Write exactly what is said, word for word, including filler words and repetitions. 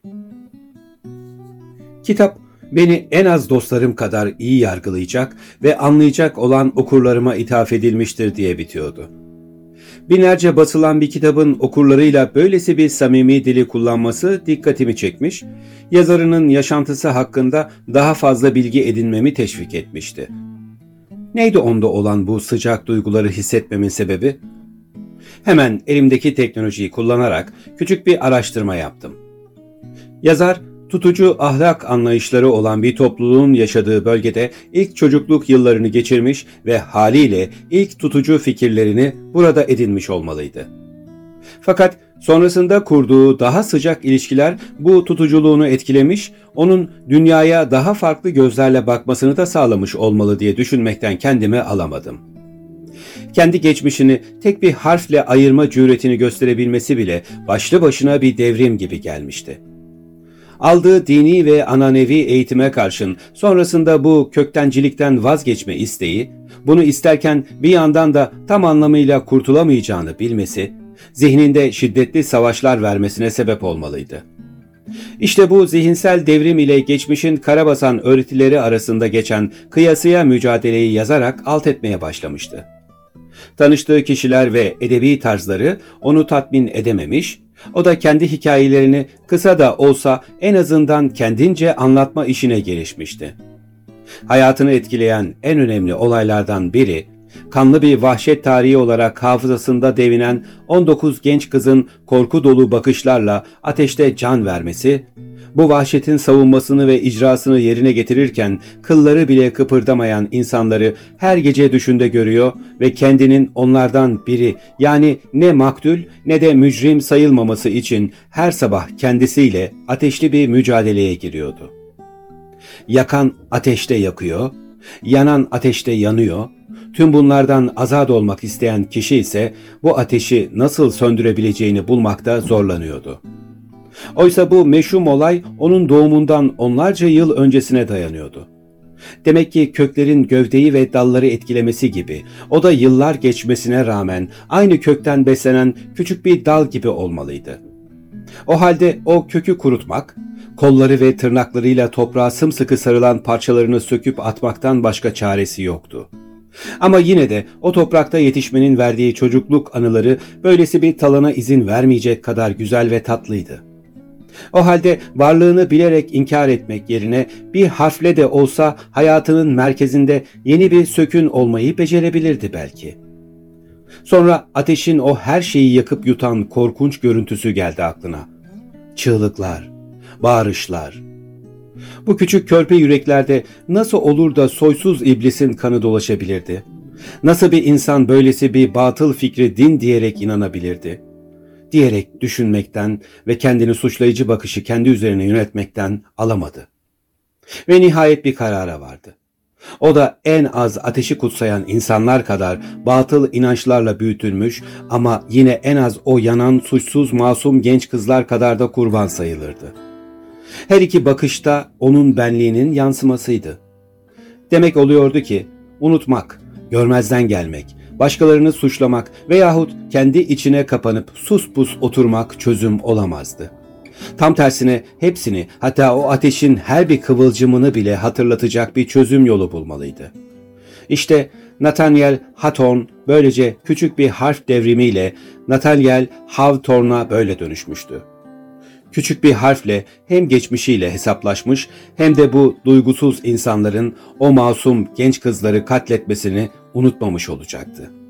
Kitap, beni en az dostlarım kadar iyi yargılayacak ve anlayacak olan okurlarıma ithaf edilmiştir diye bitiyordu. Binlerce basılan bir kitabın okurlarıyla böylesi bir samimi dili kullanması dikkatimi çekmiş, yazarının yaşantısı hakkında daha fazla bilgi edinmemi teşvik etmişti. Neydi onda olan bu sıcak duyguları hissetmemin sebebi? Hemen elimdeki teknolojiyi kullanarak küçük bir araştırma yaptım. Yazar, tutucu ahlak anlayışları olan bir topluluğun yaşadığı bölgede ilk çocukluk yıllarını geçirmiş ve haliyle ilk tutucu fikirlerini burada edinmiş olmalıydı. Fakat sonrasında kurduğu daha sıcak ilişkiler bu tutuculuğunu etkilemiş, onun dünyaya daha farklı gözlerle bakmasını da sağlamış olmalı diye düşünmekten kendimi alamadım. Kendi geçmişini tek bir harfle ayırma cüretini gösterebilmesi bile başlı başına bir devrim gibi gelmişti. Aldığı dini ve ananevi eğitime karşın sonrasında bu köktencilikten vazgeçme isteği, bunu isterken bir yandan da tam anlamıyla kurtulamayacağını bilmesi, zihninde şiddetli savaşlar vermesine sebep olmalıydı. İşte bu zihinsel devrim ile geçmişin karabasan öğretileri arasında geçen kıyasıya mücadeleyi yazarak alt etmeye başlamıştı. Tanıştığı kişiler ve edebi tarzları onu tatmin edememiş, o da kendi hikayelerini kısa da olsa en azından kendince anlatma işine girişmişti. Hayatını etkileyen en önemli olaylardan biri, kanlı bir vahşet tarihi olarak hafızasında devinen on dokuz genç kızın korku dolu bakışlarla ateşte can vermesi, bu vahşetin savunmasını ve icrasını yerine getirirken kılları bile kıpırdamayan insanları her gece düşünde görüyor ve kendinin onlardan biri, yani ne maktul ne de mücrim sayılmaması için her sabah kendisiyle ateşli bir mücadeleye giriyordu. Yakan ateşte yakıyor, yanan ateşte yanıyor. Tüm bunlardan azat olmak isteyen kişi ise bu ateşi nasıl söndürebileceğini bulmakta zorlanıyordu. Oysa bu meşhum olay onun doğumundan onlarca yıl öncesine dayanıyordu. Demek ki köklerin gövdeyi ve dalları etkilemesi gibi, o da yıllar geçmesine rağmen aynı kökten beslenen küçük bir dal gibi olmalıydı. O halde o kökü kurutmak, kolları ve tırnaklarıyla toprağa sımsıkı sarılan parçalarını söküp atmaktan başka çaresi yoktu. Ama yine de o toprakta yetişmenin verdiği çocukluk anıları böylesi bir talana izin vermeyecek kadar güzel ve tatlıydı. O halde varlığını bilerek inkar etmek yerine bir harfle de olsa hayatının merkezinde yeni bir sökün olmayı becerebilirdi belki. Sonra ateşin o her şeyi yakıp yutan korkunç görüntüsü geldi aklına. Çığlıklar, bağırışlar. Bu küçük körpe yüreklerde nasıl olur da soysuz iblisin kanı dolaşabilirdi? Nasıl bir insan böylesi bir batıl fikri din diyerek inanabilirdi? Diyerek düşünmekten ve kendini suçlayıcı bakışı kendi üzerine yönetmekten alamadı. Ve nihayet bir karara vardı. O da en az ateşi kutsayan insanlar kadar batıl inançlarla büyütülmüş ama yine en az o yanan suçsuz masum genç kızlar kadar da kurban sayılırdı. Her iki bakışta onun benliğinin yansımasıydı. Demek oluyordu ki unutmak, görmezden gelmek, başkalarını suçlamak veyahut kendi içine kapanıp sus pus oturmak çözüm olamazdı. Tam tersine hepsini, hatta o ateşin her bir kıvılcımını bile hatırlatacak bir çözüm yolu bulmalıydı. İşte Nathaniel Hawthorne böylece küçük bir harf devrimiyle Nathaniel Hawthorne'a böyle dönüşmüştü. Küçük bir harfle hem geçmişiyle hesaplaşmış hem de bu duygusuz insanların o masum genç kızları katletmesini unutmamış olacaktı.